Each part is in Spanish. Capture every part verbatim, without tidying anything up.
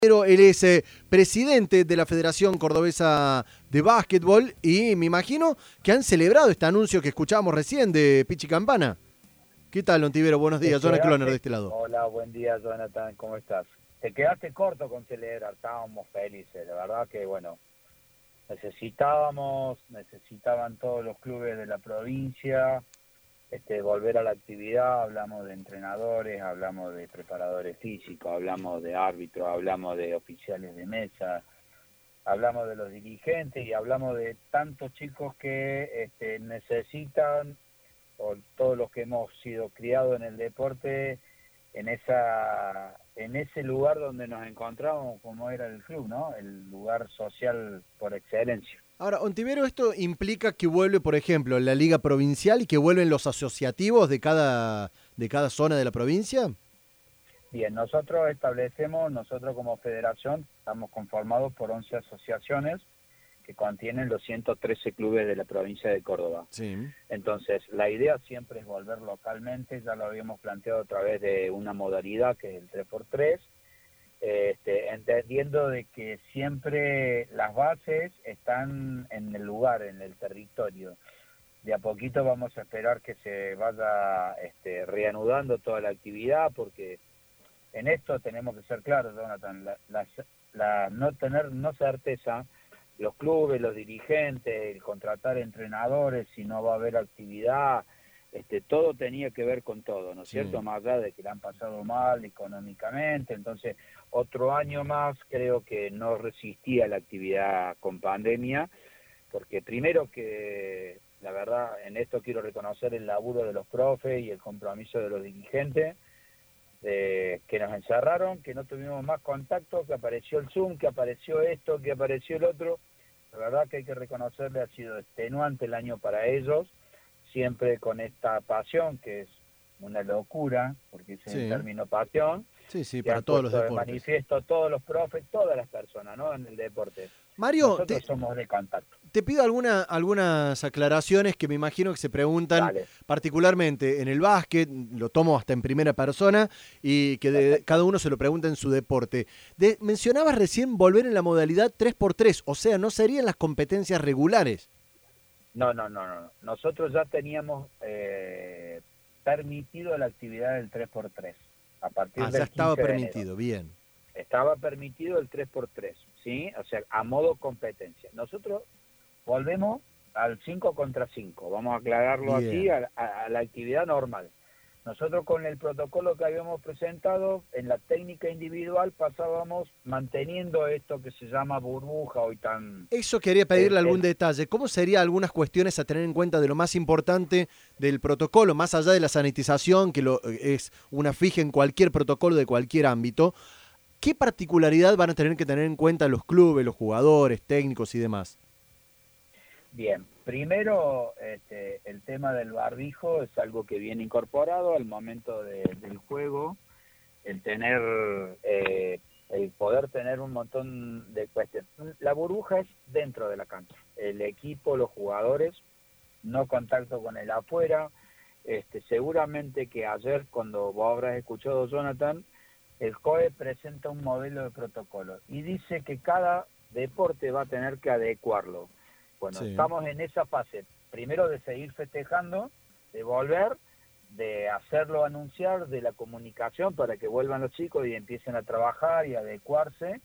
Pero él es eh, presidente de la Federación Cordobesa de Básquetbol y me imagino que han celebrado este anuncio que escuchábamos recién de Pichi Campana. ¿Qué tal, Ontivero? Buenos días, Jonathan Cloner de este lado. Hola, buen día, Jonathan, ¿cómo estás? Te quedaste corto con celebrar, estábamos felices, la verdad que, bueno, necesitábamos, necesitaban todos los clubes de la provincia este, volver a la actividad. Hablamos de entrenadores, hablamos de preparadores físicos, hablamos de árbitros, hablamos de oficiales de mesa, hablamos de los dirigentes y hablamos de tantos chicos que este, necesitan, o todos los que hemos sido criados en el deporte, en esa en ese lugar donde nos encontramos, como era el club, ¿no? El lugar social por excelencia. Ahora, Ontivero, ¿esto implica que vuelve, por ejemplo, la liga provincial y que vuelven los asociativos de cada, de cada zona de la provincia? Bien, nosotros establecemos, nosotros como federación, estamos conformados por once asociaciones que contienen los ciento trece clubes de la provincia de Córdoba. Sí. Entonces, la idea siempre es volver localmente, ya lo habíamos planteado a través de una modalidad que es el tres por tres, este, entendiendo de que siempre las bases están en el lugar, en el territorio. De a poquito vamos a esperar que se vaya este, reanudando toda la actividad, porque en esto tenemos que ser claros, Jonathan, la, la, la no tener no certeza, los clubes, los dirigentes, el contratar entrenadores, si no va a haber actividad, este, todo tenía que ver con todo, ¿no es Sí. cierto? Más allá de que le han pasado mal económicamente, entonces otro año más creo que no resistía la actividad con pandemia, porque primero que, la verdad, en esto quiero reconocer el laburo de los profes y el compromiso de los dirigentes, de, que nos encerraron, que no tuvimos más contacto, que apareció el Zoom, que apareció esto, que apareció el otro. La verdad que hay que reconocerle, ha sido extenuante el año para ellos, siempre con esta pasión, que es una locura, porque es Sí. el término pasión. Sí, sí, que para han todos los puesto de deportes. manifiesto todos los profes, todas las personas, ¿no? En el deporte. Mario, Nosotros te, somos de contacto. te pido alguna, algunas aclaraciones que me imagino que se preguntan Dale. particularmente en el básquet, lo tomo hasta en primera persona, y que de, cada uno se lo pregunta en su deporte. De, mencionabas recién volver en la modalidad tres por tres, o sea, no serían las competencias regulares. No, no, no, no. Nosotros ya teníamos eh, permitido la actividad del tres por tres. A partir Ah, del ya estaba quince de enero. permitido, bien. Estaba permitido el tres por tres, ¿sí? O sea, a modo competencia. Nosotros volvemos al cinco contra cinco, vamos a aclararlo Bien. aquí, a, a, a la actividad normal. Nosotros con el protocolo que habíamos presentado, en la técnica individual pasábamos manteniendo esto que se llama burbuja hoy tan... Eso quería pedirle el, algún el, detalle. ¿Cómo serían algunas cuestiones a tener en cuenta de lo más importante del protocolo, más allá de la sanitización, que lo, es una fija en cualquier protocolo de cualquier ámbito? ¿Qué particularidad van a tener que tener en cuenta los clubes, los jugadores, técnicos y demás? Bien, primero este, el tema del barbijo es algo que viene incorporado al momento de, del juego, el tener, eh, el poder tener un montón de cuestiones. La burbuja es dentro de la cancha, el equipo, los jugadores, no contacto con el afuera. Este, seguramente que ayer, cuando vos habrás escuchado, Jonathan, el C O E presenta un modelo de protocolo y dice que cada deporte va a tener que adecuarlo. Bueno, sí. Estamos en esa fase, primero de seguir festejando, de volver, de hacerlo anunciar, de la comunicación para que vuelvan los chicos y empiecen a trabajar y adecuarse,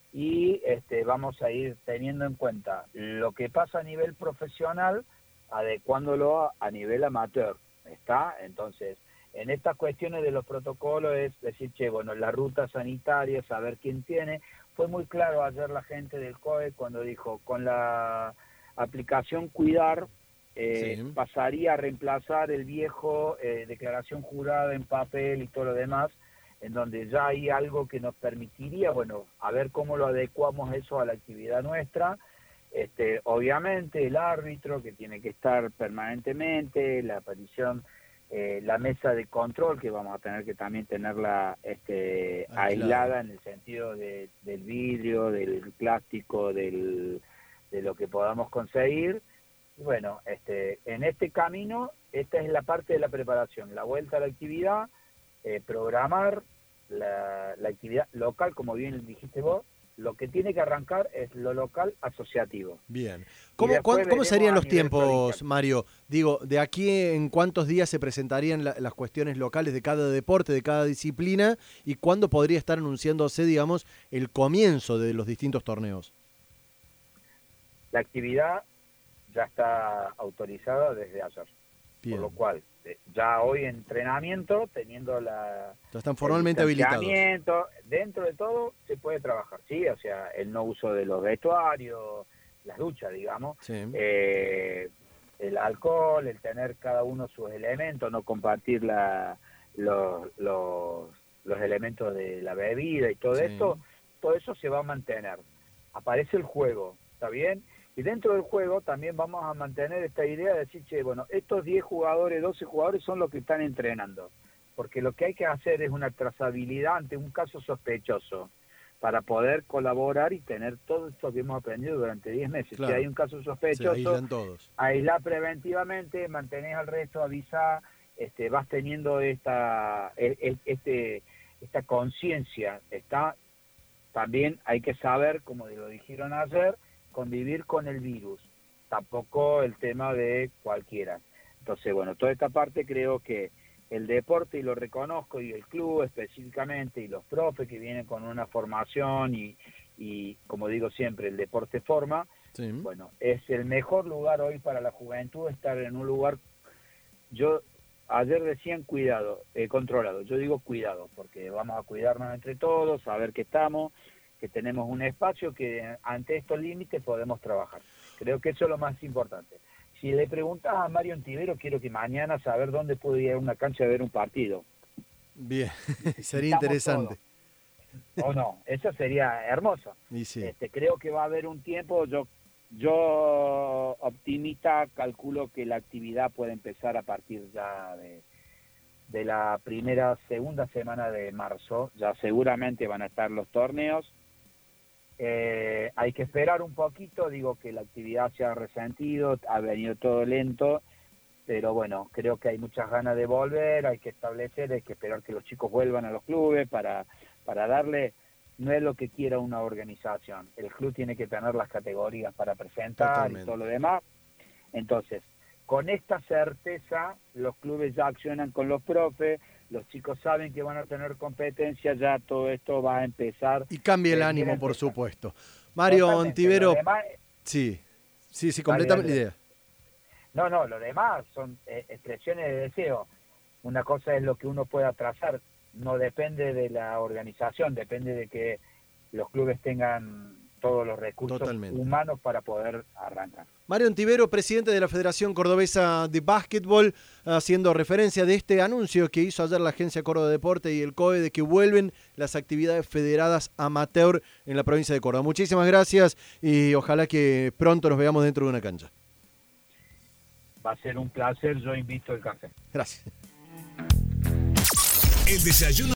y este, vamos a ir teniendo en cuenta lo que pasa a nivel profesional, adecuándolo a, a nivel amateur, ¿está? Entonces, en estas cuestiones de los protocolos es decir, che, bueno, la ruta sanitaria, saber quién tiene. Fue muy claro ayer la gente del C O E cuando dijo, con la aplicación Cuidar, eh, sí. pasaría a reemplazar el viejo eh, declaración jurada en papel y todo lo demás, en donde ya hay algo que nos permitiría, bueno, a ver cómo lo adecuamos eso a la actividad nuestra. Este, obviamente el árbitro que tiene que estar permanentemente, la aparición, eh, la mesa de control que vamos a tener que también tenerla este, ah, aislada claro. En el sentido de, del vidrio, del plástico, del de lo que podamos conseguir. Bueno, este, en este camino, esta es la parte de la preparación, la vuelta a la actividad, eh, programar la, la actividad local, como bien dijiste vos. Lo que tiene que arrancar es lo local asociativo. Bien. ¿Cómo, ¿cuán, ¿cómo serían los tiempos, provincial. Mario? Digo, ¿de aquí en cuántos días se presentarían la, las cuestiones locales de cada deporte, de cada disciplina? ¿Y cuándo podría estar anunciándose, digamos, el comienzo de los distintos torneos? La actividad ya está autorizada desde ayer. Bien. Por lo cual, ya hoy entrenamiento, teniendo la... Ya están formalmente habilitados. Dentro de todo se puede trabajar, ¿sí? O sea, el no uso de los vestuarios, las duchas, digamos, sí. eh, el alcohol, el tener cada uno sus elementos, no compartir la, los, los, los elementos de la bebida y todo sí. esto, todo eso se va a mantener. Aparece el juego, ¿está bien? Y dentro del juego también vamos a mantener esta idea de decir, che, bueno, estos diez jugadores, doce jugadores son los que están entrenando. Porque lo que hay que hacer es una trazabilidad ante un caso sospechoso para poder colaborar y tener todo esto que hemos aprendido durante diez meses. Claro. Si hay un caso sospechoso, todos. aislar preventivamente, mantenés al resto, avisar, este, vas teniendo esta, este, esta conciencia. Está, también hay que saber, como lo dijeron ayer, convivir con el virus, tampoco el tema de cualquiera. Entonces, bueno, toda esta parte creo que el deporte, y lo reconozco, y el club específicamente, y los profes que vienen con una formación, y, y como digo siempre, el deporte forma, sí. Bueno, es el mejor lugar hoy para la juventud, estar en un lugar, yo, ayer decían cuidado, eh, controlado, yo digo cuidado, porque vamos a cuidarnos entre todos, saber que estamos, que tenemos un espacio que ante estos límites podemos trabajar. Creo que eso es lo más importante. Si le preguntas a Mario Ontivero, quiero que mañana saber dónde puedo ir a una cancha a ver un partido. Bien, sería interesante. Todos. O no, eso sería hermoso. Y sí. Este, creo que va a haber un tiempo, yo, yo optimista calculo que la actividad puede empezar a partir ya de, de la primera, segunda semana de marzo. Ya seguramente van a estar los torneos. Eh, hay que esperar un poquito, digo que la actividad se ha resentido, ha venido todo lento, pero bueno, creo que hay muchas ganas de volver, hay que establecer, hay que esperar que los chicos vuelvan a los clubes para, para darle, no es lo que quiera una organización, el club tiene que tener las categorías para presentar Totalmente. Y todo lo demás, entonces, con esta certeza, los clubes ya accionan con los profes, los chicos saben que van a tener competencia, ya todo esto va a empezar. Y cambia el ánimo, por supuesto. Mario Ontivero, demás, sí, sí, sí, completamente la idea. No, no, lo demás son eh, expresiones de deseo. Una cosa es lo que uno pueda trazar, no depende de la organización, depende de que los clubes tengan todos los recursos Totalmente. Humanos para poder arrancar. Mario Ontivero, presidente de la Federación Cordobesa de Básquetbol, haciendo referencia de este anuncio que hizo ayer la Agencia Córdoba de Deporte y el C O E de que vuelven las actividades federadas amateur en la provincia de Córdoba. Muchísimas gracias y ojalá que pronto nos veamos dentro de una cancha. Va a ser un placer, yo invito el café. Gracias. El desayuno.